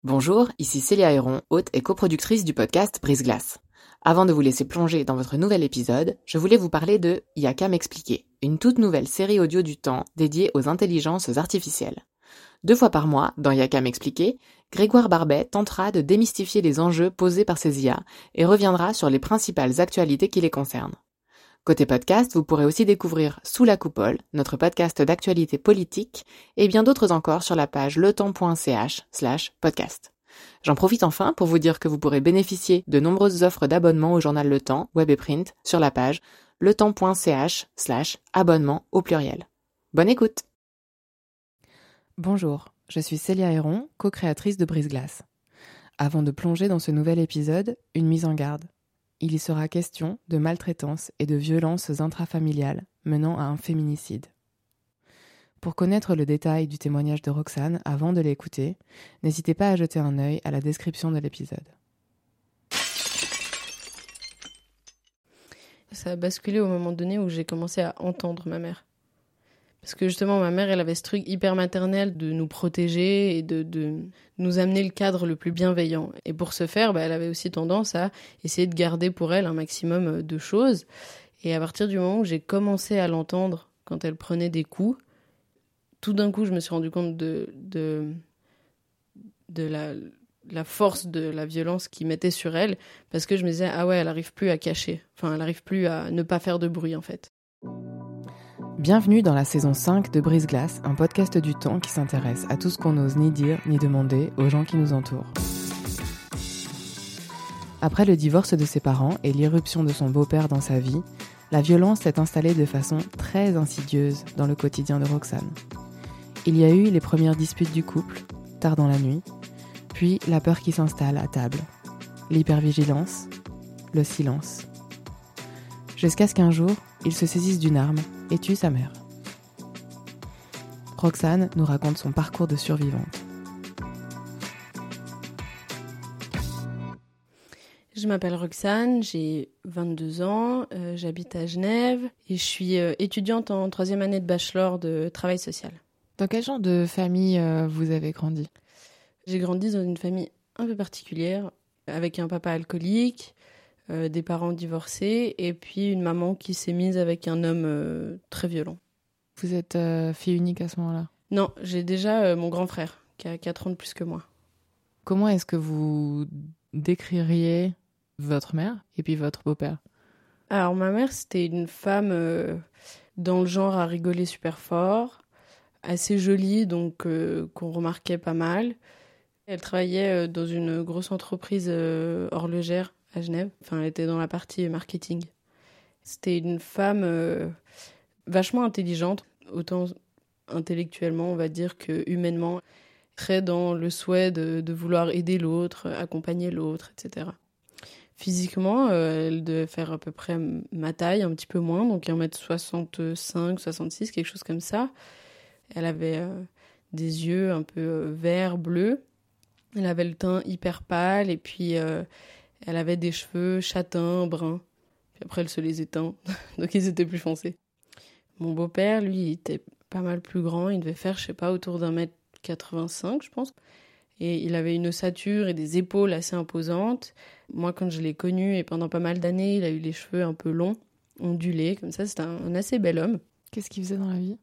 Bonjour, ici Célia Héron, hôte et coproductrice du podcast Brise-Glace. Avant de vous laisser plonger dans votre nouvel épisode, je voulais vous parler de Y'a qu'à m'expliquer, une toute nouvelle série audio du temps dédiée aux intelligences artificielles. 2 fois par mois, dans Y'a qu'à m'expliquer, Grégoire Barbet tentera de démystifier les enjeux posés par ces IA et reviendra sur les principales actualités qui les concernent. Côté podcast, vous pourrez aussi découvrir Sous la coupole, notre podcast d'actualité politique, et bien d'autres encore sur la page letemps.ch/podcast. J'en profite enfin pour vous dire que vous pourrez bénéficier de nombreuses offres d'abonnement au journal Le Temps, web et print, sur la page letemps.ch/abonnement au pluriel. Bonne écoute! Bonjour, je suis Célia Héron, co-créatrice de Brise-Glace. Avant de plonger dans ce nouvel épisode, une mise en garde. Il y sera question de maltraitance et de violences intrafamiliales menant à un féminicide. Pour connaître le détail du témoignage de Roxane avant de l'écouter, n'hésitez pas à jeter un œil à la description de l'épisode. Ça a basculé au moment donné où j'ai commencé à entendre ma mère. Parce que justement, ma mère, elle avait ce truc hyper maternel de nous protéger et de nous amener le cadre le plus bienveillant. Et pour ce faire, elle avait aussi tendance à essayer de garder pour elle un maximum de choses. Et à partir du moment où j'ai commencé à l'entendre quand elle prenait des coups, tout d'un coup, je me suis rendu compte de la force de la violence qu'il mettait sur elle. Parce que je me disais, ah ouais, elle n'arrive plus à cacher. Enfin, elle n'arrive plus à ne pas faire de bruit, en fait. Bienvenue dans la saison 5 de Brise-Glace, un podcast du temps qui s'intéresse à tout ce qu'on n'ose ni dire ni demander aux gens qui nous entourent. Après le divorce de ses parents et l'irruption de son beau-père dans sa vie, la violence s'est installée de façon très insidieuse dans le quotidien de Roxane. Il y a eu les premières disputes du couple, tard dans la nuit, puis la peur qui s'installe à table, l'hypervigilance, le silence. Jusqu'à ce qu'un jour, il se saisisse d'une arme et tue sa mère. Roxane nous raconte son parcours de survivante. Je m'appelle Roxane, j'ai 22 ans, j'habite à Genève et je suis étudiante en 3e année de bachelor de travail social. Dans quel genre de famille vous avez grandi ? J'ai grandi dans une famille un peu particulière, avec un papa alcoolique, des parents divorcés et puis une maman qui s'est mise avec un homme très violent. Vous êtes fille unique à ce moment-là ? Non, j'ai déjà mon grand frère qui a 4 ans de plus que moi. Comment est-ce que vous décririez votre mère et puis votre beau-père ? Alors ma mère, c'était une femme dans le genre à rigoler super fort, assez jolie, donc qu'on remarquait pas mal. Elle travaillait dans une grosse entreprise horlogère à Genève. Enfin, elle était dans la partie marketing. C'était une femme vachement intelligente, autant intellectuellement, on va dire, que humainement. Très dans le souhait de vouloir aider l'autre, accompagner l'autre, etc. Physiquement, elle devait faire à peu près ma taille, un petit peu moins, donc 1m65, 66, quelque chose comme ça. Elle avait des yeux un peu verts, bleus. Elle avait le teint hyper pâle et puis elle avait des cheveux châtains, bruns. Puis après, elle se les éteint, donc ils étaient plus foncés. Mon beau-père, lui, il était pas mal plus grand. Il devait faire, je sais pas, autour d'1m85, je pense. Et il avait une ossature et des épaules assez imposantes. Moi, quand je l'ai connu, et pendant pas mal d'années, il a eu les cheveux un peu longs, ondulés, comme ça. C'était un assez bel homme. Qu'est-ce qu'il faisait dans la vie ?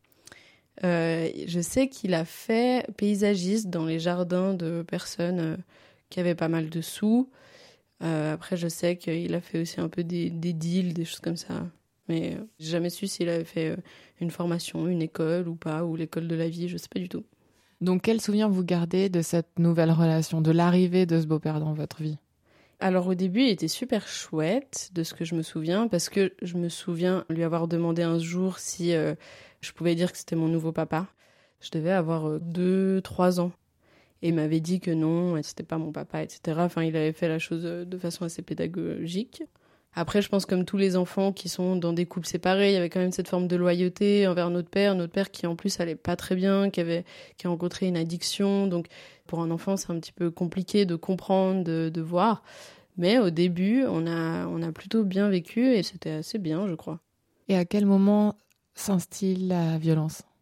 Je sais qu'il a fait paysagiste dans les jardins de personnes qui avaient pas mal de sous. Après, je sais qu'il a fait aussi un peu des deals, des choses comme ça. Mais j'ai jamais su s'il avait fait une formation, une école ou pas, ou l'école de la vie, je sais pas du tout. Donc, quel souvenir vous gardez de cette nouvelle relation, de l'arrivée de ce beau-père dans votre vie ? Alors au début, il était super chouette, de ce que je me souviens, parce que je me souviens lui avoir demandé un jour si je pouvais dire que c'était mon nouveau papa. Je devais avoir 2-3 ans. Et il m'avait dit que non, c'était pas mon papa, etc. Enfin, il avait fait la chose de façon assez pédagogique. Après, je pense comme tous les enfants qui sont dans des couples séparés, il y avait quand même cette forme de loyauté envers notre père qui en plus allait pas très bien, qui a rencontré une addiction. Donc pour un enfant, c'est un petit peu compliqué de comprendre, de voir. Mais au début, on a plutôt bien vécu et c'était assez bien, je crois. Et à quel moment s'instille la violence ?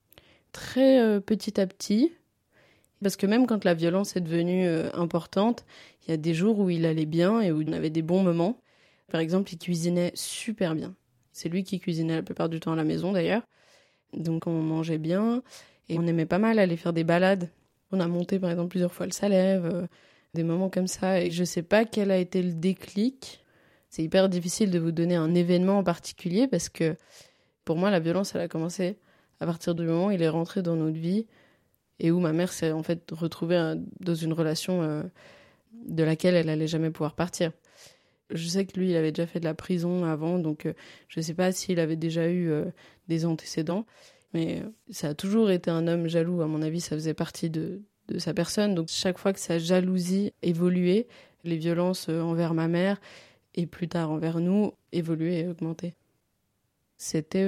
Très petit à petit. Parce que même quand la violence est devenue importante, il y a des jours où il allait bien et où il avait des bons moments. Par exemple, il cuisinait super bien. C'est lui qui cuisinait la plupart du temps à la maison d'ailleurs. Donc on mangeait bien et on aimait pas mal aller faire des balades. On a monté par exemple plusieurs fois le Salève, des moments comme ça. Et je sais pas quel a été le déclic. C'est hyper difficile de vous donner un événement en particulier parce que pour moi la violence elle a commencé à partir du moment où il est rentré dans notre vie et où ma mère s'est en fait retrouvée dans une relation de laquelle elle allait jamais pouvoir partir. Je sais que lui, il avait déjà fait de la prison avant, donc je sais pas s'il avait déjà eu des antécédents, mais ça a toujours été un homme jaloux. À mon avis, ça faisait partie de sa personne. Donc chaque fois que sa jalousie évoluait, les violences envers ma mère et plus tard envers nous évoluaient et augmentaient. C'était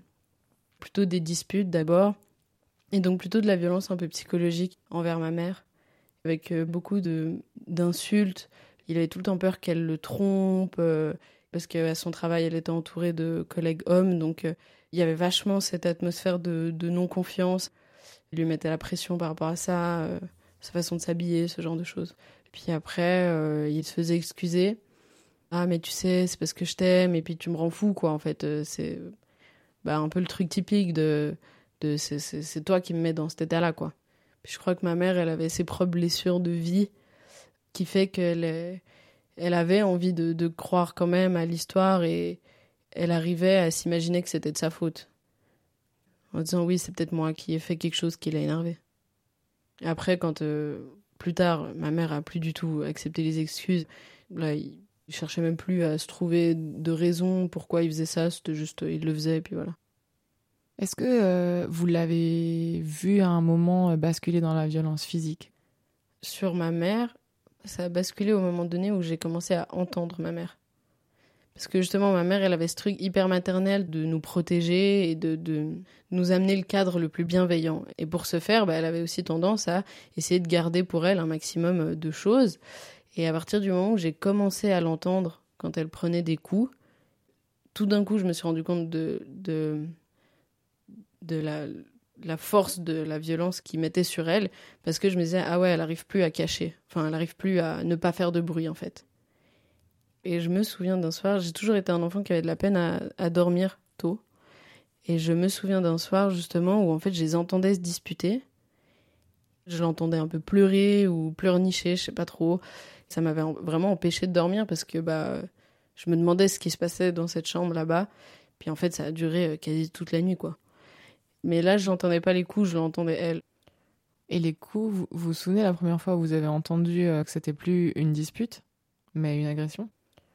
plutôt des disputes d'abord, et donc plutôt de la violence un peu psychologique envers ma mère, avec beaucoup d'insultes. Il avait tout le temps peur qu'elle le trompe, parce qu'à son travail, elle était entourée de collègues hommes, donc il y avait vachement cette atmosphère de non-confiance. Il lui mettait la pression par rapport à ça, sa façon de s'habiller, ce genre de choses. Puis après, il se faisait excuser. « Ah, mais tu sais, c'est parce que je t'aime, et puis tu me rends fou, quoi, en fait. C'est un peu le truc typique de c'est toi qui me mets dans cet état-là, quoi. » Puis je crois que ma mère, elle avait ses propres blessures de vie, qui fait qu'elle avait envie de croire quand même à l'histoire et elle arrivait à s'imaginer que c'était de sa faute. En disant oui, c'est peut-être moi qui ai fait quelque chose qui l'a énervé. Et après, quand plus tard, ma mère a plus du tout accepté les excuses, là, il cherchait même plus à se trouver de raison pourquoi il faisait ça, c'était juste, il le faisait et puis voilà. Est-ce que vous l'avez vu à un moment basculer dans la violence physique ? Sur ma mère, ça a basculé au moment donné où j'ai commencé à entendre ma mère. Parce que justement, ma mère, elle avait ce truc hyper maternel de nous protéger et de nous amener le cadre le plus bienveillant. Et pour ce faire, elle avait aussi tendance à essayer de garder pour elle un maximum de choses. Et à partir du moment où j'ai commencé à l'entendre quand elle prenait des coups, tout d'un coup, je me suis rendu compte de la force de la violence qu'il mettait sur elle, parce que je me disais, ah ouais, elle n'arrive plus à cacher. Enfin, elle n'arrive plus à ne pas faire de bruit, en fait. Et je me souviens d'un soir, j'ai toujours été un enfant qui avait de la peine à dormir tôt. Et je me souviens d'un soir, justement, où en fait, je les entendais se disputer. Je l'entendais un peu pleurer ou pleurnicher, je sais pas trop. Ça m'avait vraiment empêché de dormir parce que je me demandais ce qui se passait dans cette chambre là-bas. Puis en fait, ça a duré quasi toute la nuit, quoi. Mais là, je n'entendais pas les coups, je l'entendais elle. Et les coups, vous vous souvenez la première fois où vous avez entendu que c'était plus une dispute, mais une agression ?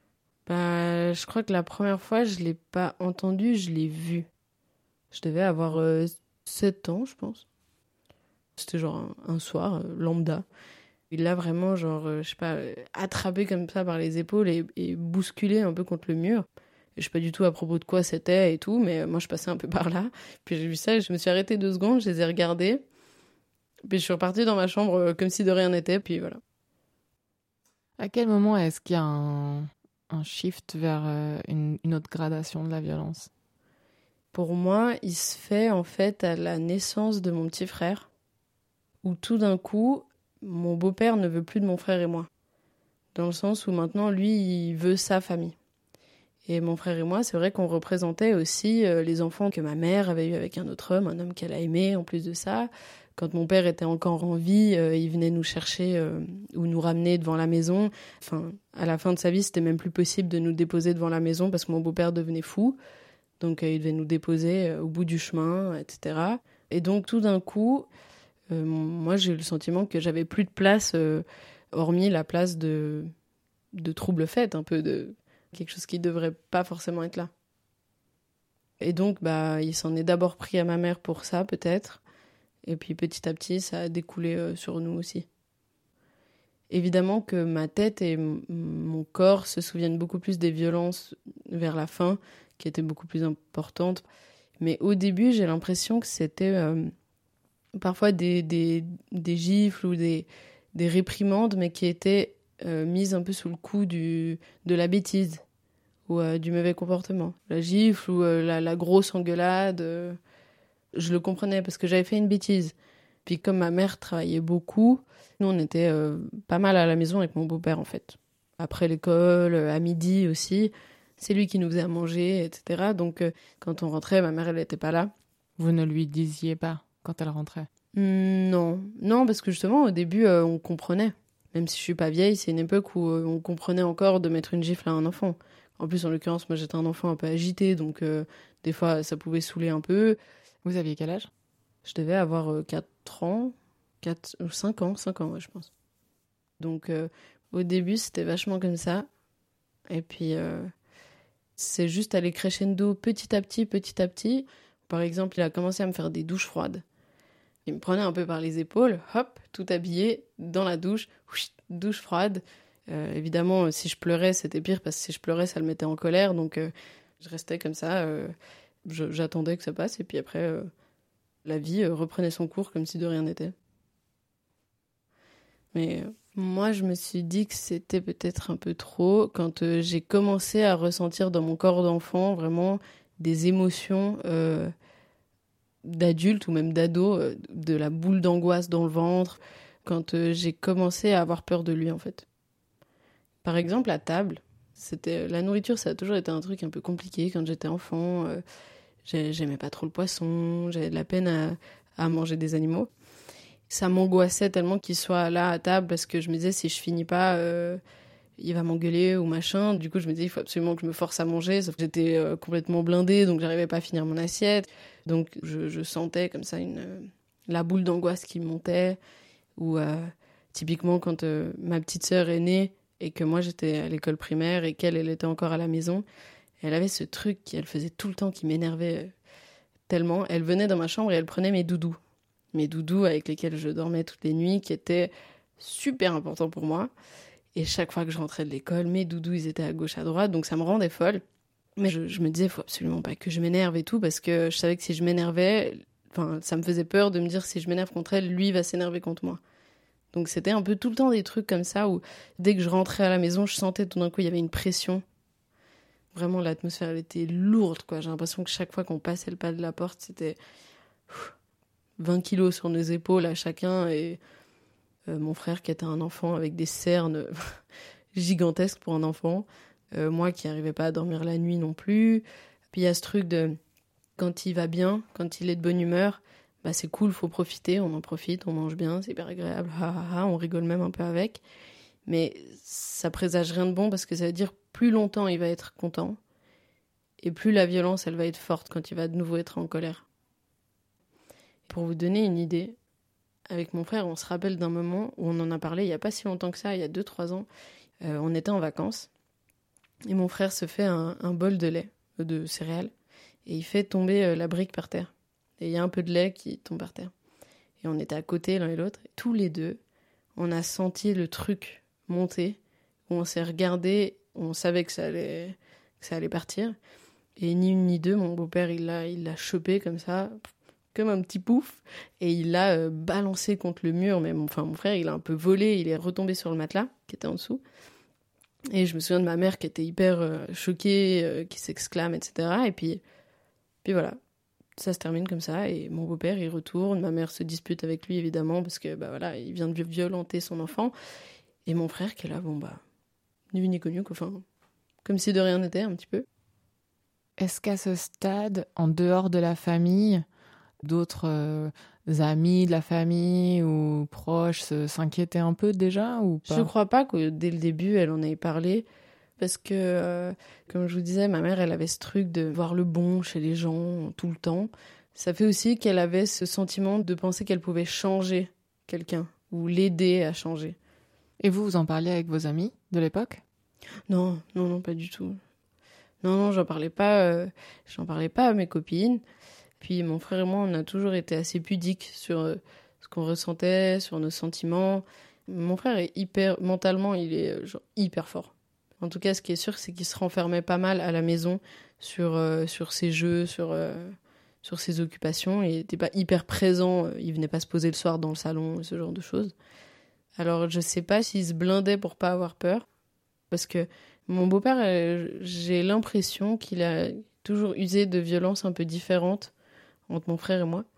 Je crois que la première fois, je l'ai pas entendu, je l'ai vu. Je devais avoir 7 ans, je pense. C'était genre un soir, lambda. Il l'a vraiment, je sais pas, attrapé comme ça par les épaules et bousculé un peu contre le mur. Je sais pas du tout à propos de quoi c'était et tout, mais moi je passais un peu par là. Puis j'ai vu ça et je me suis arrêtée 2 secondes, je les ai regardés. Puis je suis repartie dans ma chambre comme si de rien n'était, puis voilà. À quel moment est-ce qu'il y a un shift vers une autre gradation de la violence ? Pour moi, il se fait en fait à la naissance de mon petit frère, où tout d'un coup, mon beau-père ne veut plus de mon frère et moi. Dans le sens où maintenant, lui, il veut sa famille. Et mon frère et moi, c'est vrai qu'on représentait aussi les enfants que ma mère avait eus avec un autre homme, un homme qu'elle a aimé en plus de ça. Quand mon père était encore en vie, il venait nous chercher ou nous ramener devant la maison. Enfin, à la fin de sa vie, c'était même plus possible de nous déposer devant la maison parce que mon beau-père devenait fou. Donc il devait nous déposer au bout du chemin, etc. Et donc tout d'un coup, moi j'ai eu le sentiment que j'avais plus de place, hormis la place de trouble fête, un peu de quelque chose qui devrait pas forcément être là. Et donc il s'en est d'abord pris à ma mère pour ça peut-être. Et puis petit à petit, ça a découlé sur nous aussi. Évidemment que ma tête et mon corps se souviennent beaucoup plus des violences vers la fin, qui étaient beaucoup plus importantes. Mais au début, j'ai l'impression que c'était parfois des gifles ou des réprimandes, mais qui étaient mises un peu sous le coup de la bêtise ou du mauvais comportement. La gifle ou la grosse engueulade... Je le comprenais parce que j'avais fait une bêtise. Puis comme ma mère travaillait beaucoup, nous on était pas mal à la maison avec mon beau-père en fait. Après l'école, à midi aussi, c'est lui qui nous faisait à manger, etc. Donc quand on rentrait, ma mère elle était pas là. Vous ne lui disiez pas quand elle rentrait? Non, parce que justement au début on comprenait. Même si je suis pas vieille, c'est une époque où on comprenait encore de mettre une gifle à un enfant. En plus, en l'occurrence, moi j'étais un enfant un peu agité, donc des fois ça pouvait saouler un peu. Vous aviez quel âge? Je devais avoir 4 ans, 5 ans, ouais, je pense. Donc au début, c'était vachement comme ça. Et puis c'est juste aller crescendo petit à petit. Par exemple, il a commencé à me faire des douches froides. Il me prenait un peu par les épaules, hop, tout habillé, dans la douche, douche froide. Évidemment, si je pleurais, c'était pire, parce que si je pleurais, ça le mettait en colère. Donc, je restais comme ça, j'attendais que ça passe. Et puis après, la vie reprenait son cours comme si de rien n'était. Mais moi, je me suis dit que c'était peut-être un peu trop quand j'ai commencé à ressentir dans mon corps d'enfant vraiment des émotions d'adulte ou même d'ado, de la boule d'angoisse dans le ventre, quand j'ai commencé à avoir peur de lui en fait. Par exemple, à table, la nourriture, ça a toujours été un truc un peu compliqué quand j'étais enfant. J'aimais pas trop le poisson, j'avais de la peine à manger des animaux. Ça m'angoissait tellement qu'il soit là à table parce que je me disais si je finis pas, il va m'engueuler ou machin. Du coup, je me disais il faut absolument que je me force à manger, sauf que j'étais complètement blindée, donc j'arrivais pas à finir mon assiette. Donc je sentais comme ça la boule d'angoisse qui montait. Ou typiquement quand ma petite sœur est née et que moi j'étais à l'école primaire et qu'elle était encore à la maison, elle avait ce truc qu'elle faisait tout le temps qui m'énervait tellement. Elle venait dans ma chambre et elle prenait mes doudous avec lesquels je dormais toutes les nuits, qui étaient super importants pour moi. Et chaque fois que je rentrais de l'école, mes doudous ils étaient à gauche, à droite, donc ça me rendait folle. Mais je me disais, faut absolument pas que je m'énerve et tout, parce que je savais que si je m'énervais, ça me faisait peur de me dire si je m'énerve contre elle, lui va s'énerver contre moi. Donc c'était un peu tout le temps des trucs comme ça où dès que je rentrais à la maison, je sentais tout d'un coup il y avait une pression. Vraiment l'atmosphère elle était lourde quoi. J'ai l'impression que chaque fois qu'on passait le pas de la porte, c'était 20 kilos sur nos épaules à chacun et mon frère qui était un enfant avec des cernes gigantesques pour un enfant. Moi qui n'arrivais pas à dormir la nuit non plus. Puis il y a ce truc de quand il va bien, quand il est de bonne humeur, bah c'est cool, faut profiter, on en profite, on mange bien, c'est hyper agréable, on rigole même un peu avec. Mais ça présage rien de bon parce que ça veut dire plus longtemps il va être content et plus la violence elle va être forte quand il va de nouveau être en colère. Pour vous donner une idée, avec mon frère, on se rappelle d'un moment où on en a parlé il n'y a pas si longtemps que ça, il y a 2-3 ans. On était en vacances et mon frère se fait un bol de lait, de céréales, et il fait tomber la brique par terre. Et il y a un peu de lait qui tombe par terre. Et on était à côté l'un et l'autre, et tous les deux, on a senti le truc monter, où on s'est regardé, on savait que ça allait partir. Et ni une ni deux, mon beau-père, il l'a chopé comme ça, comme un petit pouf, et il l'a balancé contre le mur. Mais mon frère, il a un peu volé, il est retombé sur le matelas, qui était en dessous. Et je me souviens de ma mère qui était hyper choquée, qui s'exclame, etc. Et puis voilà, ça se termine comme ça. Et mon beau-père, il retourne. Ma mère se dispute avec lui, évidemment, parce que voilà, il vient de violenter son enfant. Et mon frère qui est là, ni vu ni connu, comme si de rien n'était, un petit peu. Est-ce qu'à ce stade, en dehors de la famille, d'autres amis de la famille ou proches s'inquiétaient un peu déjà ou pas? Je crois pas que dès le début, elle en ait parlé. Parce que, comme je vous disais, ma mère, elle avait ce truc de voir le bon chez les gens tout le temps. Ça fait aussi qu'elle avait ce sentiment de penser qu'elle pouvait changer quelqu'un ou l'aider à changer. Et vous en parliez avec vos amis de l'époque? Non, pas du tout. Non, j'en parlais pas à mes copines. Puis mon frère et moi, on a toujours été assez pudiques sur ce qu'on ressentait, sur nos sentiments. Mon frère est mentalement, il est hyper fort. En tout cas, ce qui est sûr, c'est qu'il se renfermait pas mal à la maison sur ses jeux, sur ses occupations. Il n'était pas hyper présent, il venait pas se poser le soir dans le salon, ce genre de choses. Alors, je sais pas s'il se blindait pour pas avoir peur, parce que mon beau-père, j'ai l'impression qu'il a toujours usé de violences un peu différentes entre mon frère et moi.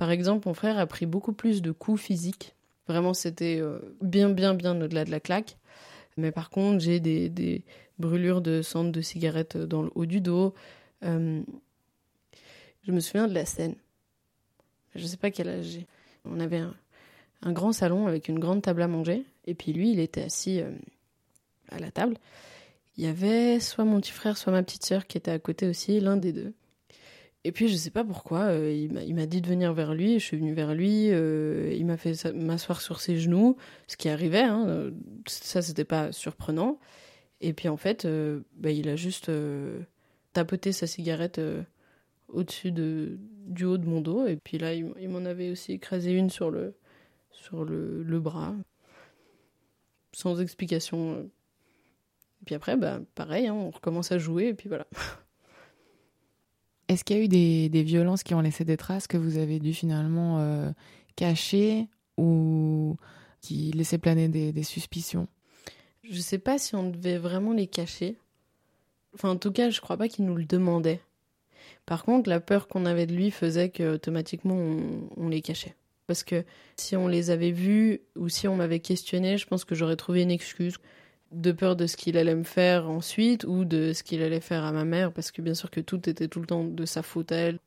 Par exemple, mon frère a pris beaucoup plus de coups physiques. Vraiment, c'était bien au-delà de la claque. Mais par contre, j'ai des brûlures de cendres de cigarettes dans le haut du dos. Je me souviens de la scène. Je sais pas quel âge j'ai. On avait un grand salon avec une grande table à manger. Et puis lui, il était assis à la table. Il y avait soit mon petit frère, soit ma petite sœur qui était à côté aussi, l'un des deux. Et puis je sais pas pourquoi, il m'a dit de venir vers lui, je suis venue vers lui, il m'a fait m'asseoir sur ses genoux, ce qui arrivait, hein, ça c'était pas surprenant. Et puis en fait, il a juste tapoté sa cigarette au-dessus du haut de mon dos, et puis là il m'en avait aussi écrasé une sur le bras, sans explication. Et puis après, pareil, hein, on recommence à jouer, et puis voilà. Est-ce qu'il y a eu des violences qui ont laissé des traces que vous avez dû finalement cacher ou qui laissaient planer des suspicions? Je sais pas si on devait vraiment les cacher. Enfin, en tout cas, je crois pas qu'il nous le demandait. Par contre, la peur qu'on avait de lui faisait qu'automatiquement, on les cachait. Parce que si on les avait vus ou si on m'avait questionné, je pense que j'aurais trouvé une excuse. De peur de ce qu'il allait me faire ensuite ou de ce qu'il allait faire à ma mère, parce que bien sûr que tout était tout le temps de sa faute à elle.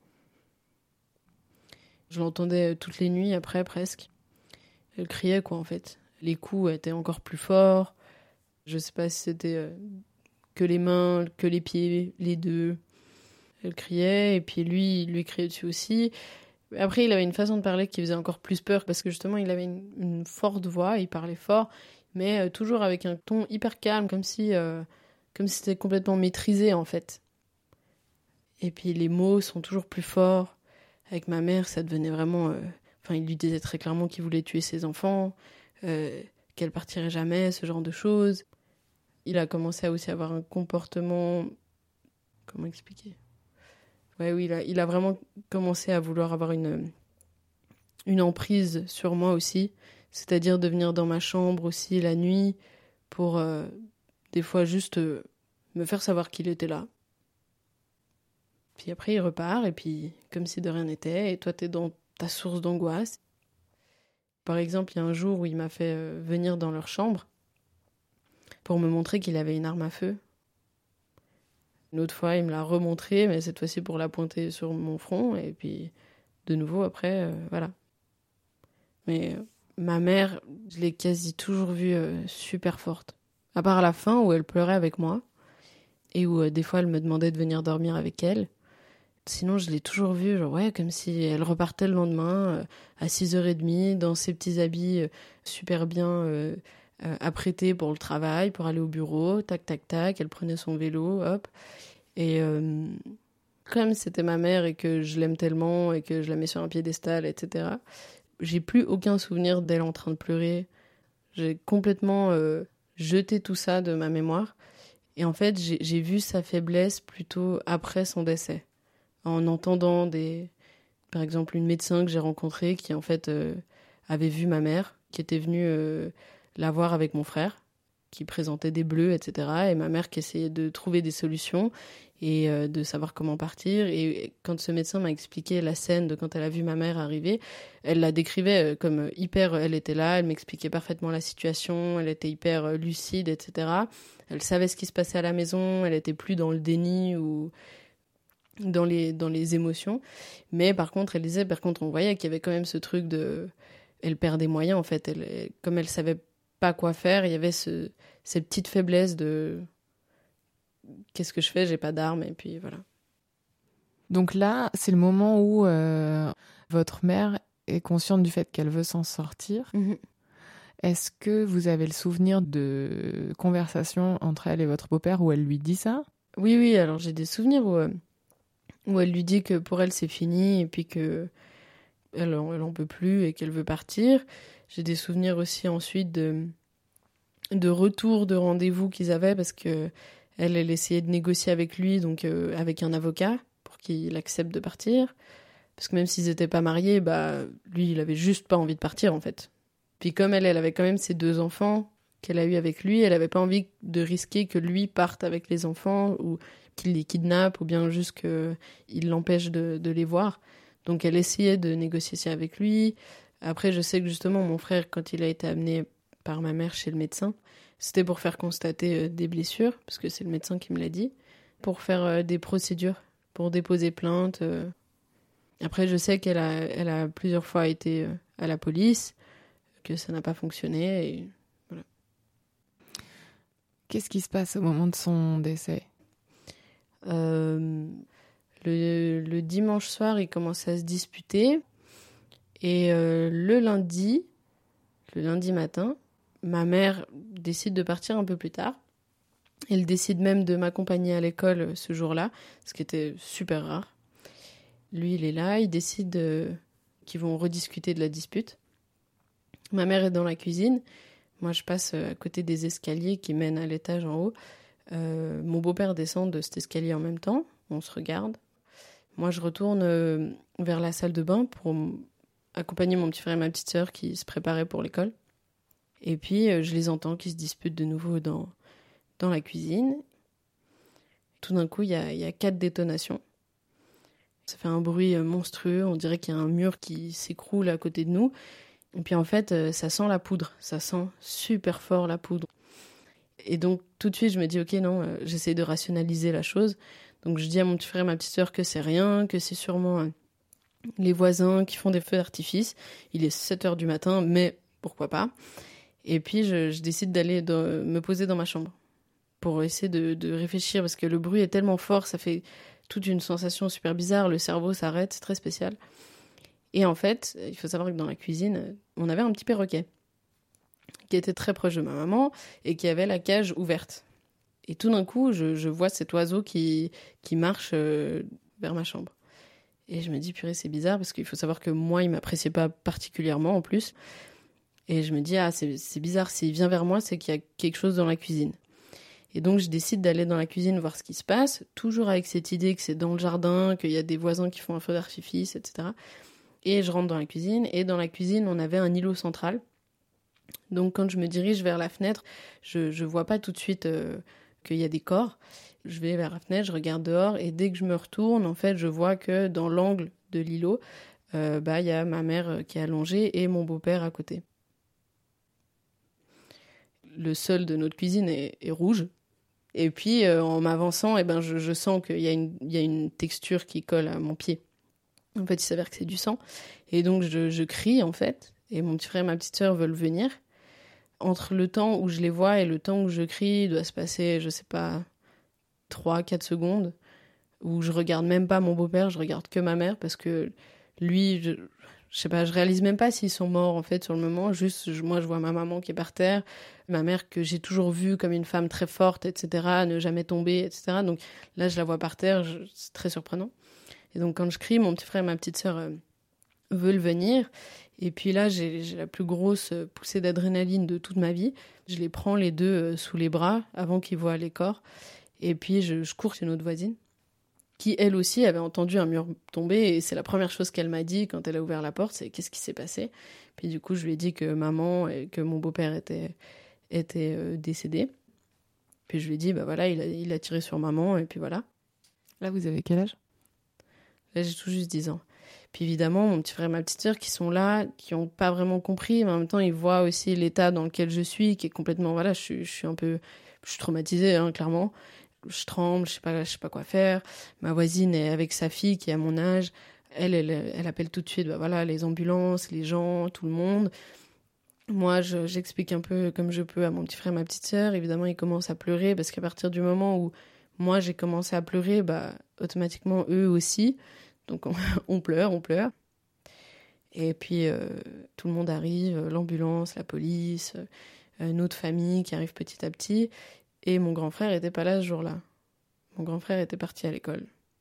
Je l'entendais toutes les nuits après, presque. Elle criait, quoi, en fait. Les coups étaient encore plus forts. Je sais pas si c'était que les mains, que les pieds, les deux. Elle criait, et puis lui, il lui criait dessus aussi. Après, il avait une façon de parler qui faisait encore plus peur, parce que justement, il avait une forte voix, il parlait fort, mais toujours avec un ton hyper calme, comme si c'était complètement maîtrisé, en fait. Et puis les mots sont toujours plus forts. Avec ma mère, ça devenait vraiment... il lui disait très clairement qu'il voulait tuer ses enfants, qu'elle partirait jamais, ce genre de choses. Il a commencé à aussi avoir un comportement... Comment expliquer ? Ouais, oui, il a vraiment commencé à vouloir avoir une emprise sur moi aussi. C'est-à-dire de venir dans ma chambre aussi la nuit pour des fois juste me faire savoir qu'il était là. Puis après il repart et puis comme si de rien n'était et toi t'es dans ta source d'angoisse. Par exemple, il y a un jour où il m'a fait venir dans leur chambre pour me montrer qu'il avait une arme à feu. Une autre fois, il me l'a remontré, mais cette fois-ci pour la pointer sur mon front et puis de nouveau après, voilà. Mais... ma mère, je l'ai quasi toujours vue super forte. À part à la fin où elle pleurait avec moi et où des fois elle me demandait de venir dormir avec elle. Sinon, je l'ai toujours vue comme si elle repartait le lendemain à 6h30 dans ses petits habits super bien apprêtés pour le travail, pour aller au bureau. Tac, tac, tac. Elle prenait son vélo, hop. Et comme c'était ma mère et que je l'aime tellement et que je la mets sur un piédestal, etc., j'ai plus aucun souvenir d'elle en train de pleurer. J'ai complètement jeté tout ça de ma mémoire. Et en fait, j'ai vu sa faiblesse plutôt après son décès. En entendant par exemple, une médecin que j'ai rencontrée qui, en fait, avait vu ma mère, qui était venue la voir avec mon frère, qui présentait des bleus, etc. Et ma mère qui essayait de trouver des solutions et de savoir comment partir. Et quand ce médecin m'a expliqué la scène de quand elle a vu ma mère arriver, elle la décrivait comme hyper... Elle était là, elle m'expliquait parfaitement la situation, elle était hyper lucide, etc. Elle savait ce qui se passait à la maison, elle était plus dans le déni ou dans les émotions. Mais par contre, elle disait, on voyait qu'il y avait quand même ce truc de... Elle perd des moyens, en fait. Comme elle savait pas quoi faire, il y avait cette petite faiblesse de... Qu'est-ce que je fais ? J'ai pas d'armes, et puis voilà. Donc là, c'est le moment où votre mère est consciente du fait qu'elle veut s'en sortir. Mm-hmm. Est-ce que vous avez le souvenir de conversations entre elle et votre beau-père où elle lui dit ça ? Oui, alors j'ai des souvenirs où elle lui dit que pour elle c'est fini, et puis que elle en peut plus et qu'elle veut partir. J'ai des souvenirs aussi ensuite de retour de rendez-vous qu'ils avaient, parce que elle essayait de négocier avec lui, donc avec un avocat, pour qu'il accepte de partir. Parce que même s'ils n'étaient pas mariés, lui, il avait juste pas envie de partir, en fait. Puis comme elle avait quand même ses 2 enfants qu'elle a eu avec lui, elle avait pas envie de risquer que lui parte avec les enfants, ou qu'il les kidnappe, ou bien juste qu'il l'empêche de les voir. Donc elle essayait de négocier ça avec lui. Après, je sais que justement, mon frère, quand il a été amené par ma mère chez le médecin, c'était pour faire constater des blessures, parce que c'est le médecin qui me l'a dit, pour faire des procédures, pour déposer plainte. Après, je sais elle a plusieurs fois été à la police, que ça n'a pas fonctionné. Et voilà. Qu'est-ce qui se passe au moment de son décès ? Le dimanche soir, ils commencent à se disputer. Et le lundi matin, ma mère décide de partir un peu plus tard. Elle décide même de m'accompagner à l'école ce jour-là, ce qui était super rare. Lui, il est là, il décide qu'ils vont rediscuter de la dispute. Ma mère est dans la cuisine. Moi, je passe à côté des escaliers qui mènent à l'étage en haut. Mon beau-père descend de cet escalier en même temps. On se regarde. Moi, je retourne vers la salle de bain pour accompagner mon petit frère et ma petite sœur qui se préparaient pour l'école. Et puis, je les entends qui se disputent de nouveau dans la cuisine. Tout d'un coup, il y a 4 détonations. Ça fait un bruit monstrueux. On dirait qu'il y a un mur qui s'écroule à côté de nous. Et puis, en fait, ça sent la poudre. Ça sent super fort la poudre. Et donc, tout de suite, je me dis, ok, non, j'essaie de rationaliser la chose. Donc, je dis à mon petit frère et ma petite sœur que c'est rien, que c'est sûrement les voisins qui font des feux d'artifice. Il est 7h du matin, mais pourquoi pas. Et puis, je décide d'aller me poser dans ma chambre pour essayer de réfléchir, parce que le bruit est tellement fort, ça fait toute une sensation super bizarre, le cerveau s'arrête, c'est très spécial. Et en fait, il faut savoir que dans la cuisine, on avait un petit perroquet qui était très proche de ma maman et qui avait la cage ouverte. Et tout d'un coup, je vois cet oiseau qui marche vers ma chambre. Et je me dis, purée, c'est bizarre, parce qu'il faut savoir que moi, il m'appréciait pas particulièrement en plus. Et je me dis, ah, c'est bizarre, s'il vient vers moi, c'est qu'il y a quelque chose dans la cuisine. Et donc, je décide d'aller dans la cuisine voir ce qui se passe, toujours avec cette idée que c'est dans le jardin, qu'il y a des voisins qui font un feu d'artifice, etc. Et je rentre dans la cuisine, et dans la cuisine, on avait un îlot central. Donc, quand je me dirige vers la fenêtre, je vois pas tout de suite qu'il y a des corps. Je vais vers la fenêtre, je regarde dehors, et dès que je me retourne, en fait, je vois que dans l'angle de l'îlot, y a ma mère qui est allongée et mon beau-père à côté. Le sol de notre cuisine est rouge. Et puis, en m'avançant, je sens qu'il y a une texture qui colle à mon pied. En fait, il s'avère que c'est du sang. Et donc, je crie, en fait. Et mon petit frère et ma petite sœur veulent venir. Entre le temps où je les vois et le temps où je crie, il doit se passer, je sais pas, 3-4 secondes, où je regarde même pas mon beau-père, je regarde que ma mère, parce que lui, je sais pas, je réalise même pas s'ils sont morts, en fait, sur le moment. Juste, moi, je vois ma maman qui est par terre, ma mère que j'ai toujours vue comme une femme très forte, etc., ne jamais tomber, etc. Donc là, je la vois par terre, c'est très surprenant. Et donc, quand je crie, mon petit frère et ma petite sœur veulent venir. Et puis là, j'ai la plus grosse poussée d'adrénaline de toute ma vie. Je les prends les deux sous les bras avant qu'ils voient les corps. Et puis, je cours chez notre voisine, qui, elle aussi, avait entendu un mur tomber. Et c'est la première chose qu'elle m'a dit quand elle a ouvert la porte, c'est « Qu'est-ce qui s'est passé ?» Puis du coup, je lui ai dit que maman et que mon beau-père était décédé. Puis je lui ai dit, voilà, il a tiré sur maman, et puis voilà. Là, vous avez quel âge ? Là, j'ai tout juste 10 ans. Puis évidemment, mon petit frère et ma petite sœur qui sont là, qui n'ont pas vraiment compris, mais en même temps, ils voient aussi l'état dans lequel je suis, qui est complètement, voilà, je suis traumatisée, hein, clairement. Je tremble, je sais pas quoi faire. Ma voisine est avec sa fille qui est à mon âge. Elle appelle tout de suite, voilà, les ambulances, les gens, tout le monde. Moi, j'explique un peu comme je peux à mon petit frère et ma petite sœur. Évidemment, ils commencent à pleurer parce qu'à partir du moment où moi, j'ai commencé à pleurer, automatiquement, eux aussi. Donc, on pleure. Et puis, tout le monde arrive, l'ambulance, la police, notre famille qui arrive petit à petit. Et mon grand frère n'était pas là ce jour-là. Mon grand frère était parti à l'école.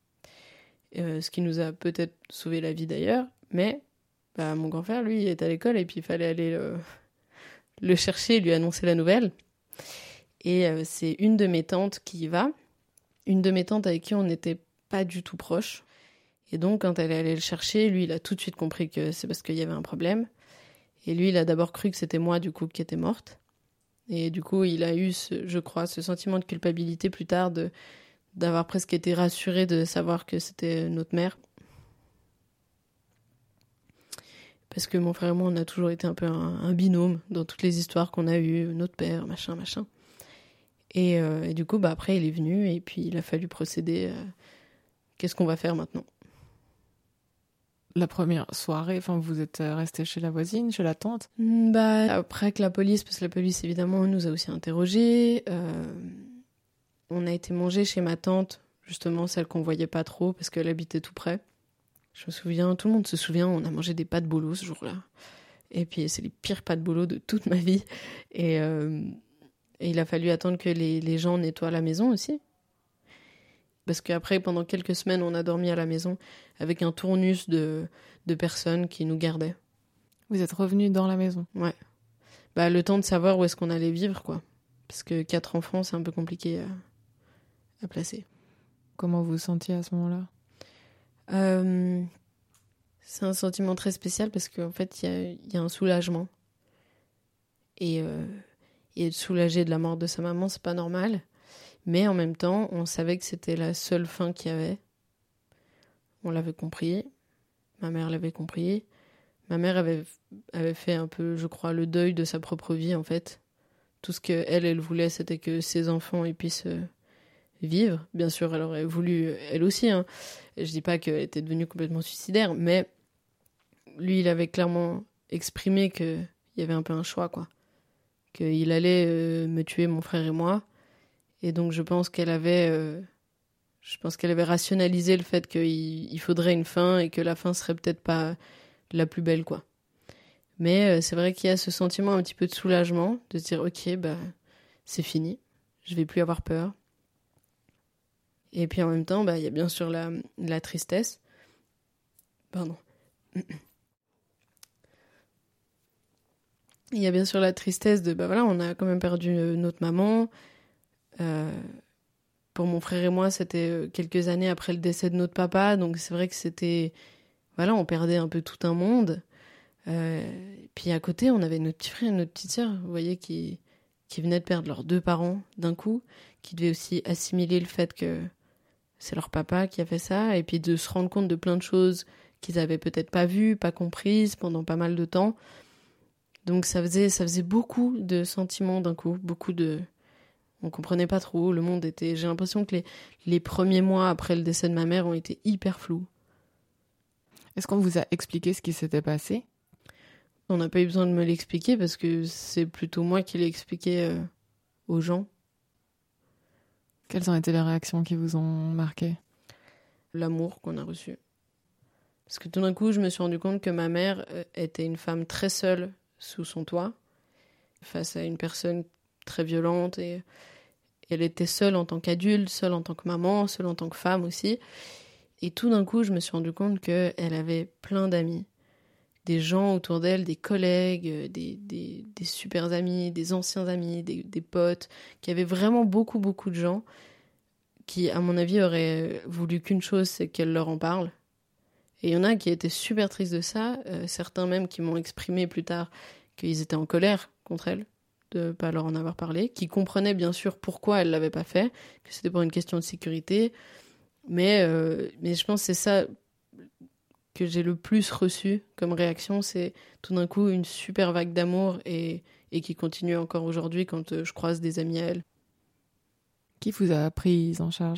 Ce qui nous a peut-être sauvé la vie d'ailleurs. Mais mon grand frère, lui, est à l'école et puis il fallait aller le chercher et lui annoncer la nouvelle. Et c'est une de mes tantes qui y va. Une de mes tantes avec qui on n'était pas du tout proches. Et donc, quand elle est allée le chercher, lui, il a tout de suite compris que c'est parce qu'il y avait un problème. Et lui, il a d'abord cru que c'était moi, du coup, qui était morte. Et du coup, il a eu, je crois, ce sentiment de culpabilité plus tard d'avoir presque été rassuré de savoir que c'était notre mère. Parce que mon frère et moi, on a toujours été un peu un binôme dans toutes les histoires qu'on a eues, notre père, machin. Et du coup, après, il est venu et puis il a fallu procéder. Qu'est-ce qu'on va faire maintenant ? La première soirée, vous êtes resté chez la voisine, chez la tante ? Après que la police, parce que la police, évidemment, nous a aussi interrogés. On a été manger chez ma tante, justement, celle qu'on voyait pas trop, parce qu'elle habitait tout près. Je me souviens, tout le monde se souvient, on a mangé des pâtes bolo ce jour-là. Et puis, c'est les pires pâtes bolo de toute ma vie. Et il a fallu attendre que les gens nettoient la maison aussi. Parce qu'après, pendant quelques semaines, on a dormi à la maison avec un tournus de personnes qui nous gardaient. Vous êtes revenus dans la maison ? Ouais. Le temps de savoir où est-ce qu'on allait vivre, quoi. Parce que 4 enfants, c'est un peu compliqué à placer. Comment vous vous sentiez à ce moment-là ? C'est un sentiment très spécial parce qu'en fait, il y a un soulagement. Et être soulagé de la mort de sa maman, c'est pas normal. Mais en même temps, on savait que c'était la seule fin qu'il y avait. On l'avait compris. Ma mère l'avait compris. Ma mère avait fait un peu, je crois, le deuil de sa propre vie, en fait. Tout ce qu'elle voulait, c'était que ses enfants puissent vivre. Bien sûr, elle aurait voulu, elle aussi. Hein. Je dis pas qu'elle était devenue complètement suicidaire, mais lui, il avait clairement exprimé qu'il y avait un peu un choix, quoi. Qu'il allait me tuer, mon frère et moi. Et donc, je pense qu'elle avait rationalisé le fait qu'il faudrait une fin et que la fin serait peut-être pas la plus belle, quoi. Mais c'est vrai qu'il y a ce sentiment un petit peu de soulagement, de se dire, ok, c'est fini, je vais plus avoir peur. Et puis en même temps, il y a bien sûr la tristesse. Pardon. Il y a bien sûr la tristesse de, on a quand même perdu notre maman. Pour mon frère et moi, c'était quelques années après le décès de notre papa, donc c'est vrai que c'était... on perdait un peu tout un monde. Puis à côté, on avait notre petit frère et notre petite sœur, vous voyez, qui venaient de perdre leurs 2 parents d'un coup, qui devaient aussi assimiler le fait que c'est leur papa qui a fait ça, et puis de se rendre compte de plein de choses qu'ils avaient peut-être pas vues, pas comprises pendant pas mal de temps. Donc ça faisait beaucoup de sentiments d'un coup, on comprenait pas trop, le monde était... J'ai l'impression que les premiers mois après le décès de ma mère ont été hyper flous. Est-ce qu'on vous a expliqué ce qui s'était passé ? On n'a pas eu besoin de me l'expliquer parce que c'est plutôt moi qui l'ai expliqué aux gens. Quelles ont été les réactions qui vous ont marqué ? L'amour qu'on a reçu. Parce que tout d'un coup, je me suis rendu compte que ma mère était une femme très seule sous son toit, face à une personne très violente, et elle était seule en tant qu'adulte, seule en tant que maman, seule en tant que femme aussi. Et tout d'un coup, je me suis rendu compte qu'elle avait plein d'amis. Des gens autour d'elle, des collègues, des super amis, des anciens amis, des potes, qui avaient vraiment beaucoup, beaucoup de gens qui, à mon avis, auraient voulu qu'une chose, c'est qu'elle leur en parle. Et il y en a qui étaient super tristes de ça, certains même qui m'ont exprimé plus tard qu'ils étaient en colère contre elle, de ne pas leur en avoir parlé, qui comprenaient bien sûr pourquoi elle ne l'avait pas fait, que c'était pour une question de sécurité, mais je pense que c'est ça que j'ai le plus reçu comme réaction, c'est tout d'un coup une super vague d'amour et qui continue encore aujourd'hui quand je croise des amis à elle. Qui vous a prise en charge ?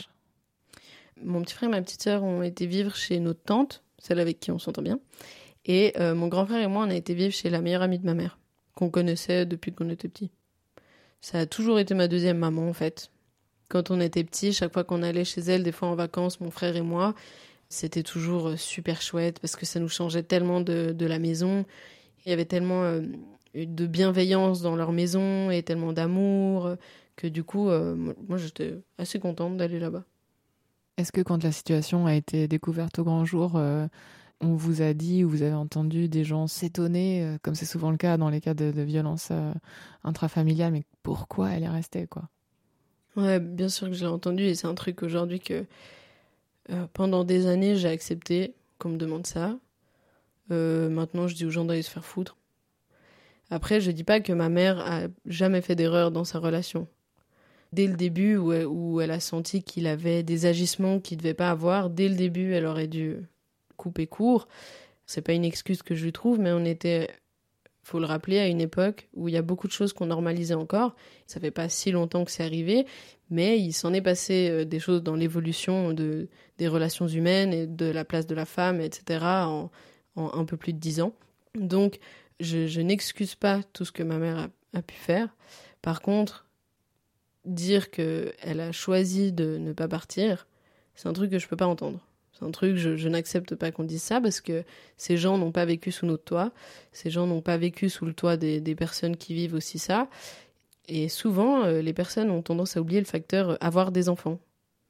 Mon petit frère et ma petite sœur ont été vivre chez notre tante, celle avec qui on s'entend bien, et mon grand frère et moi, on a été vivre chez la meilleure amie de ma mère, qu'on connaissait depuis qu'on était petits. Ça a toujours été ma deuxième maman, en fait. Quand on était petits, chaque fois qu'on allait chez elle, des fois en vacances, mon frère et moi, c'était toujours super chouette parce que ça nous changeait tellement de la maison. Il y avait tellement de bienveillance dans leur maison et tellement d'amour que du coup, moi j'étais assez contente d'aller là-bas. Est-ce que quand la situation a été découverte au grand jour, on vous a dit ou vous avez entendu des gens s'étonner, comme c'est souvent le cas dans les cas de violence intrafamiliale, mais pourquoi elle est restée, quoi ? Ouais, bien sûr que je l'ai entendu et c'est un truc aujourd'hui que pendant des années j'ai accepté qu'on me demande ça. Maintenant je dis aux gens d'aller se faire foutre. Après je dis pas que ma mère a jamais fait d'erreur dans sa relation. Dès le début où elle a senti qu'il avait des agissements qu'il devait pas avoir, dès le début elle aurait dû couper court. C'est pas une excuse que je lui trouve, mais on était, faut le rappeler, à une époque où il y a beaucoup de choses qu'on normalisait encore. Ça fait pas si longtemps que c'est arrivé, mais il s'en est passé des choses dans l'évolution des relations humaines et de la place de la femme, etc., en un peu plus de 10 ans. Donc, je n'excuse pas tout ce que ma mère a pu faire. Par contre, dire qu'elle a choisi de ne pas partir, c'est un truc que je peux pas entendre. C'est un truc, je n'accepte pas qu'on dise ça parce que ces gens n'ont pas vécu sous notre toit. Ces gens n'ont pas vécu sous le toit des personnes qui vivent aussi ça. Et souvent, les personnes ont tendance à oublier le facteur avoir des enfants.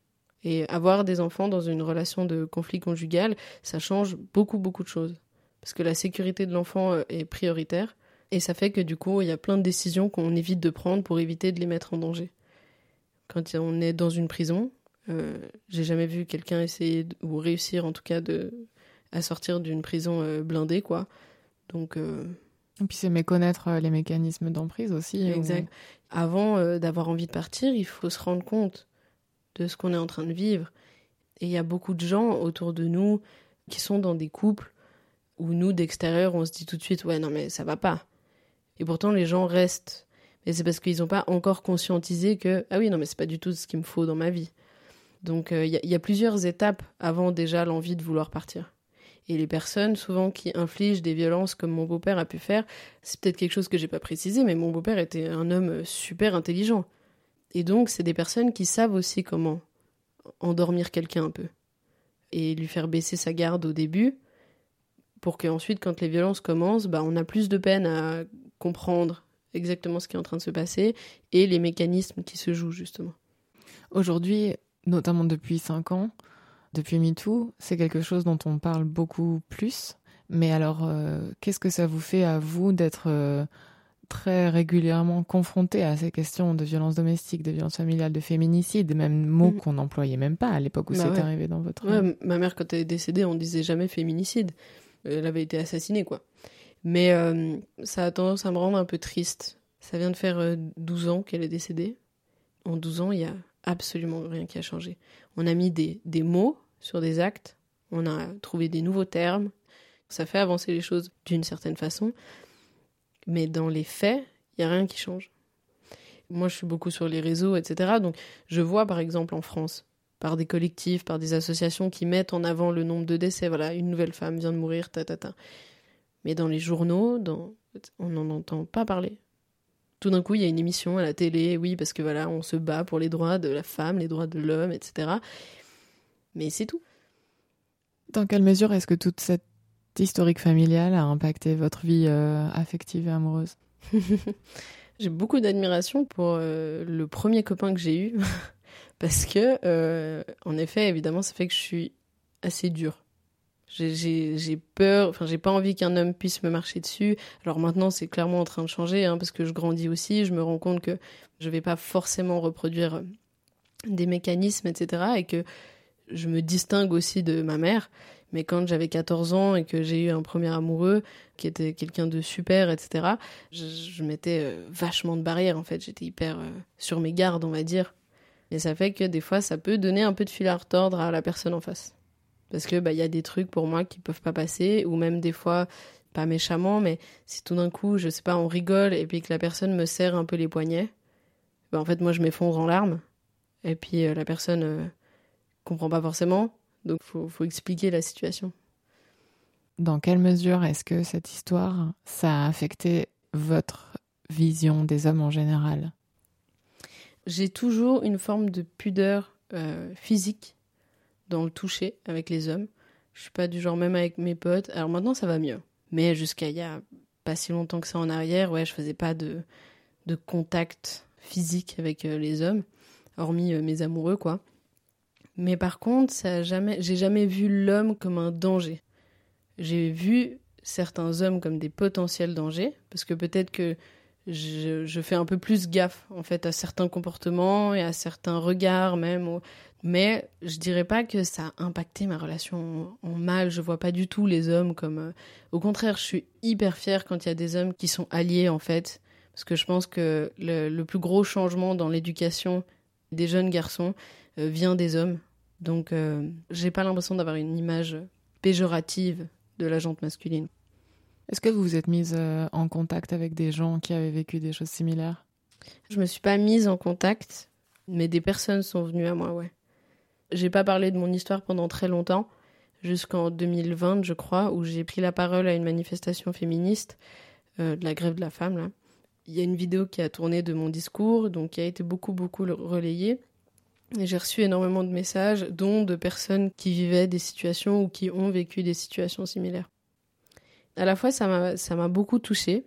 Et avoir des enfants dans une relation de conflit conjugal, ça change beaucoup, beaucoup de choses. Parce que la sécurité de l'enfant est prioritaire. Et ça fait que du coup, il y a plein de décisions qu'on évite de prendre pour éviter de les mettre en danger. Quand on est dans une prison, j'ai jamais vu quelqu'un essayer ou réussir en tout cas à sortir d'une prison blindée, quoi. Donc et puis c'est méconnaître les mécanismes d'emprise aussi. Exact. Avant d'avoir envie de partir, il faut se rendre compte de ce qu'on est en train de vivre. Et il y a beaucoup de gens autour de nous qui sont dans des couples où nous, d'extérieur, on se dit tout de suite « Ouais, non mais ça va pas ». Et pourtant, les gens restent. Et c'est parce qu'ils n'ont pas encore conscientisé que « Ah oui, non mais c'est pas du tout ce qu'il me faut dans ma vie ». Donc il y a plusieurs étapes avant déjà l'envie de vouloir partir. Et les personnes souvent qui infligent des violences comme mon beau-père a pu faire, c'est peut-être quelque chose que j'ai pas précisé, mais mon beau-père était un homme super intelligent. Et donc c'est des personnes qui savent aussi comment endormir quelqu'un un peu. Et lui faire baisser sa garde au début, pour qu'ensuite quand les violences commencent, on a plus de peine à comprendre exactement ce qui est en train de se passer et les mécanismes qui se jouent justement. Aujourd'hui, notamment depuis 5 ans, depuis MeToo, c'est quelque chose dont on parle beaucoup plus. Mais alors, qu'est-ce que ça vous fait à vous d'être très régulièrement confronté à ces questions de violence domestique, de violence familiale, de féminicide, même mots qu'on n'employait même pas à l'époque où c'est arrivé dans votre... Ouais, ma mère, quand elle est décédée, on disait jamais féminicide. Elle avait été assassinée, quoi. Mais ça a tendance à me rendre un peu triste. Ça vient de faire 12 ans qu'elle est décédée. En 12 ans, il y a absolument rien qui a changé. On a mis des mots sur des actes, on a trouvé des nouveaux termes, ça fait avancer les choses d'une certaine façon, mais dans les faits, il n'y a rien qui change. Moi, je suis beaucoup sur les réseaux, etc. Donc, je vois, par exemple, en France, par des collectifs, par des associations qui mettent en avant le nombre de décès. Voilà, une nouvelle femme vient de mourir, Mais dans les journaux, on n'en entend pas parler. Tout d'un coup, il y a une émission à la télé, oui, parce que voilà, on se bat pour les droits de la femme, les droits de l'homme, etc. Mais c'est tout. Dans quelle mesure est-ce que toute cette historique familiale a impacté votre vie affective et amoureuse ? J'ai beaucoup d'admiration pour le premier copain que j'ai eu, parce que, en effet, évidemment, ça fait que je suis assez dure. J'ai peur, j'ai pas envie qu'un homme puisse me marcher dessus. Alors maintenant, c'est clairement en train de changer, parce que je grandis aussi, je me rends compte que je vais pas forcément reproduire des mécanismes, etc., et que je me distingue aussi de ma mère. Mais quand j'avais 14 ans et que j'ai eu un premier amoureux qui était quelqu'un de super, etc., je mettais vachement de barrières, en fait. J'étais hyper sur mes gardes, on va dire. Et ça fait que des fois, ça peut donner un peu de fil à retordre à la personne en face. Parce que y a des trucs pour moi qui peuvent pas passer, ou même des fois, pas méchamment, mais si tout d'un coup, je sais pas, on rigole et puis que la personne me serre un peu les poignets, en fait, moi, je m'effondre en larmes. Et puis la personne comprend pas forcément, donc faut expliquer la situation. Dans quelle mesure est-ce que cette histoire, ça a affecté votre vision des hommes en général ? J'ai toujours une forme de pudeur physique dans le toucher avec les hommes. Je suis pas du genre, même avec mes potes. Alors maintenant, ça va mieux. Mais jusqu'à il y a pas si longtemps que ça en arrière, je faisais pas de contact physique avec les hommes, hormis mes amoureux, quoi. Mais par contre, j'ai jamais vu l'homme comme un danger. J'ai vu certains hommes comme des potentiels dangers, parce que peut-être que je fais un peu plus gaffe, en fait, à certains comportements et à certains regards même. Mais je dirais pas que ça a impacté ma relation en mal. Je vois pas du tout les hommes comme... Au contraire, je suis hyper fière quand il y a des hommes qui sont alliés, en fait. Parce que je pense que le plus gros changement dans l'éducation des jeunes garçons vient des hommes. Donc, j'ai pas l'impression d'avoir une image péjorative de la jante masculine. Est-ce que vous vous êtes mise en contact avec des gens qui avaient vécu des choses similaires ? Je me suis pas mise en contact, mais des personnes sont venues à moi, ouais. J'ai pas parlé de mon histoire pendant très longtemps, jusqu'en 2020, je crois, où j'ai pris la parole à une manifestation féministe de la grève de la femme, là. Il y a une vidéo qui a tourné de mon discours, donc qui a été beaucoup relayée. Et j'ai reçu énormément de messages, dont de personnes qui vivaient des situations ou qui ont vécu des situations similaires. À la fois, ça m'a beaucoup touchée.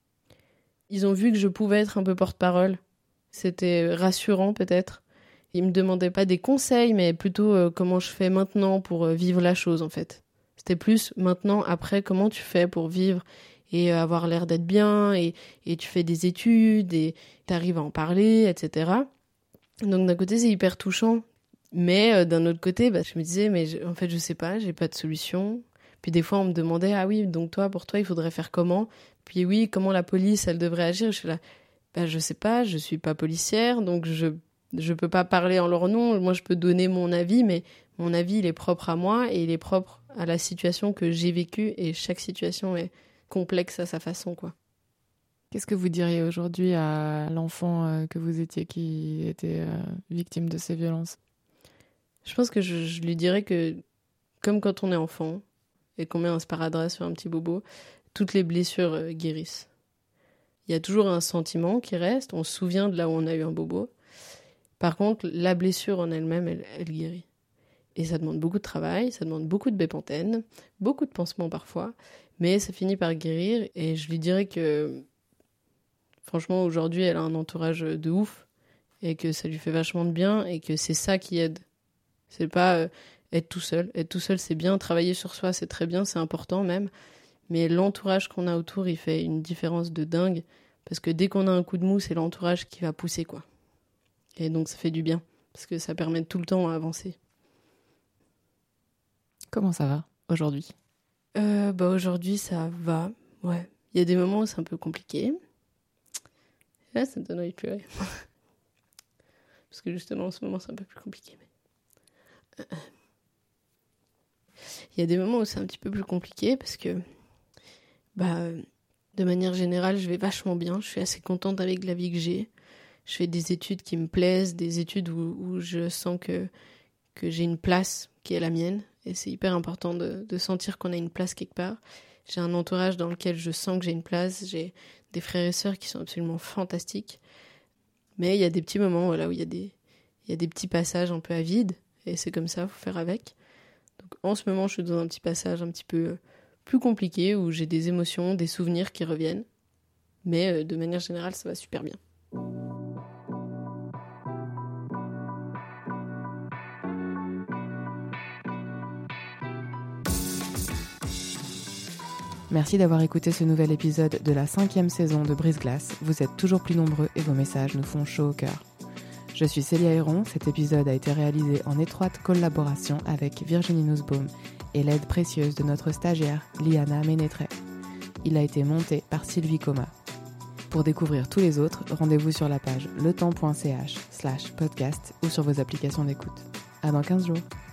Ils ont vu que je pouvais être un peu porte-parole. C'était rassurant, peut-être. Ils me demandaient pas des conseils, mais plutôt comment je fais maintenant pour vivre la chose, en fait. C'était plus maintenant, après, comment tu fais pour vivre et avoir l'air d'être bien, et tu fais des études, et t'arrives à en parler, etc. Donc d'un côté, c'est hyper touchant. Mais d'un autre côté, je me disais, mais en fait, je sais pas, j'ai pas de solution. Puis des fois, on me demandait, ah oui, donc pour toi, il faudrait faire comment ? Puis oui, comment la police, elle devrait agir ? Je suis là, je sais pas, je suis pas policière, donc je peux pas parler en leur nom. Moi, je peux donner mon avis, mais mon avis, il est propre à moi et il est propre à la situation que j'ai vécue, et chaque situation est complexe à sa façon, quoi. Qu'est-ce que vous diriez aujourd'hui à l'enfant que vous étiez qui était victime de ces violences ? Je pense que je lui dirais que, comme quand on est enfant et qu'on met un sparadrap sur un petit bobo, toutes les blessures guérissent. Il y a toujours un sentiment qui reste, on se souvient de là où on a eu un bobo. Par contre, la blessure en elle-même, elle guérit. Et ça demande beaucoup de travail, ça demande beaucoup de bépantène, beaucoup de pansements parfois, mais ça finit par guérir. Et je lui dirais que, franchement, aujourd'hui, elle a un entourage de ouf, et que ça lui fait vachement de bien, et que c'est ça qui aide. C'est pas être tout seul. Être tout seul, c'est bien. Travailler sur soi, c'est très bien, c'est important même. Mais l'entourage qu'on a autour, il fait une différence de dingue. Parce que dès qu'on a un coup de mou, c'est l'entourage qui va pousser, quoi. Et donc ça fait du bien, parce que ça permet tout le temps à avancer. Comment ça va aujourd'hui ? Aujourd'hui, ça va, ouais. Il y a des moments où c'est un peu compliqué. Et là, ça me donne envie de pleurer. Parce que justement, en ce moment, c'est un peu plus compliqué. Mais... Il y a des moments où c'est un petit peu plus compliqué, parce que, de manière générale, je vais vachement bien. Je suis assez contente avec la vie que j'ai. Je fais des études qui me plaisent, des études où je sens que j'ai une place qui est la mienne. Et c'est hyper important de sentir qu'on a une place quelque part. J'ai un entourage dans lequel je sens que j'ai une place. J'ai des frères et sœurs qui sont absolument fantastiques. Mais il y a des petits moments où il y a des petits passages un peu à vide. Et c'est comme ça, il faut faire avec. Donc en ce moment, je suis dans un petit passage un petit peu plus compliqué, où j'ai des émotions, des souvenirs qui reviennent. Mais de manière générale, ça va super bien. Merci d'avoir écouté ce nouvel épisode de la 5e saison de Brise-Glace. Vous êtes toujours plus nombreux et vos messages nous font chaud au cœur. Je suis Célia Héron. Cet épisode a été réalisé en étroite collaboration avec Virginie Nussbaum et l'aide précieuse de notre stagiaire Liana Ménétret. Il a été monté par Sylvie Coma. Pour découvrir tous les autres, rendez-vous sur la page letemps.ch/podcast ou sur vos applications d'écoute. À dans 15 jours.